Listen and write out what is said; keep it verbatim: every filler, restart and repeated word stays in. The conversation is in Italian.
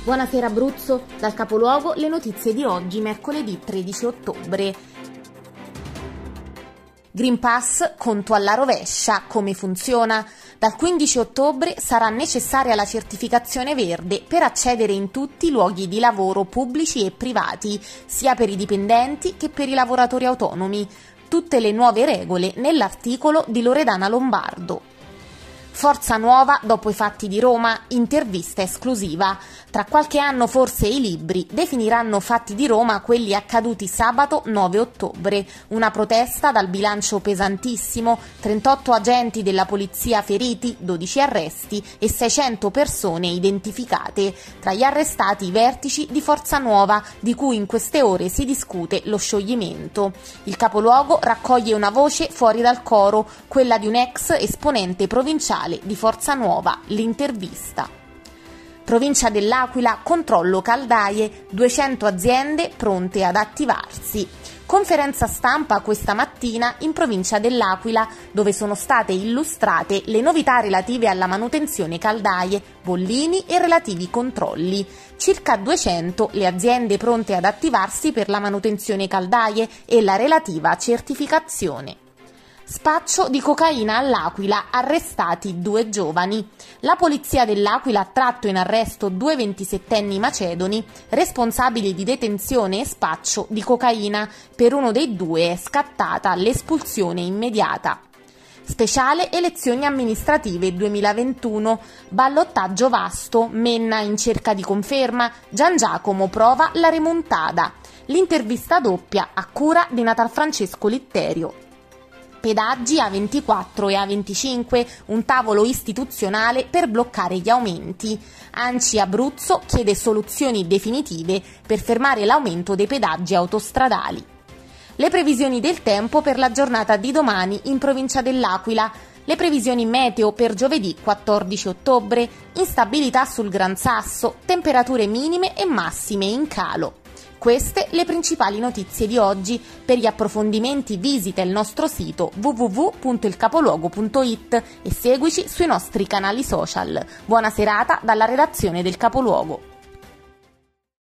Buonasera Abruzzo, dal capoluogo le notizie di oggi, mercoledì tredici ottobre. Green Pass, conto alla rovescia, come funziona? Dal quindici ottobre sarà necessaria la certificazione verde per accedere in tutti i luoghi di lavoro pubblici e privati, sia per i dipendenti che per i lavoratori autonomi. Tutte le nuove regole nell'articolo di Loredana Lombardo. Forza Nuova dopo i fatti di Roma, intervista esclusiva. Tra qualche anno forse i libri definiranno fatti di Roma quelli accaduti sabato nove ottobre. Una protesta dal bilancio pesantissimo, trentotto agenti della polizia feriti, dodici arresti e seicento persone identificate. Tra gli arrestati i vertici di Forza Nuova, di cui in queste ore si discute lo scioglimento. Il capoluogo raccoglie una voce fuori dal coro, quella di un ex esponente provinciale di Forza Nuova, l'intervista. Provincia dell'Aquila, controllo caldaie, duecento aziende pronte ad attivarsi. Conferenza stampa questa mattina in provincia dell'Aquila, dove sono state illustrate le novità relative alla manutenzione caldaie, bollini e relativi controlli. Circa duecento le aziende pronte ad attivarsi per la manutenzione caldaie e la relativa certificazione. Spaccio di cocaina all'Aquila, arrestati due giovani. La polizia dell'Aquila ha tratto in arresto due ventisettenni macedoni responsabili di detenzione e spaccio di cocaina. Per uno dei due è scattata l'espulsione immediata. Speciale elezioni amministrative duemilaventuno, ballottaggio vasto, Menna in cerca di conferma, Gian Giacomo prova la remontada. L'intervista doppia a cura di Natalfrancesco Litterio. Pedaggi A ventiquattro e A venticinque, un tavolo istituzionale per bloccare gli aumenti. ANCI Abruzzo chiede soluzioni definitive per fermare l'aumento dei pedaggi autostradali. Le previsioni del tempo per la giornata di domani in provincia dell'Aquila. Le previsioni meteo per giovedì quattordici ottobre, instabilità sul Gran Sasso, temperature minime e massime in calo. Queste le principali notizie di oggi. Per gli approfondimenti visita il nostro sito w w w punto il capoluogo punto i t e seguici sui nostri canali social. Buona serata dalla redazione del Capoluogo.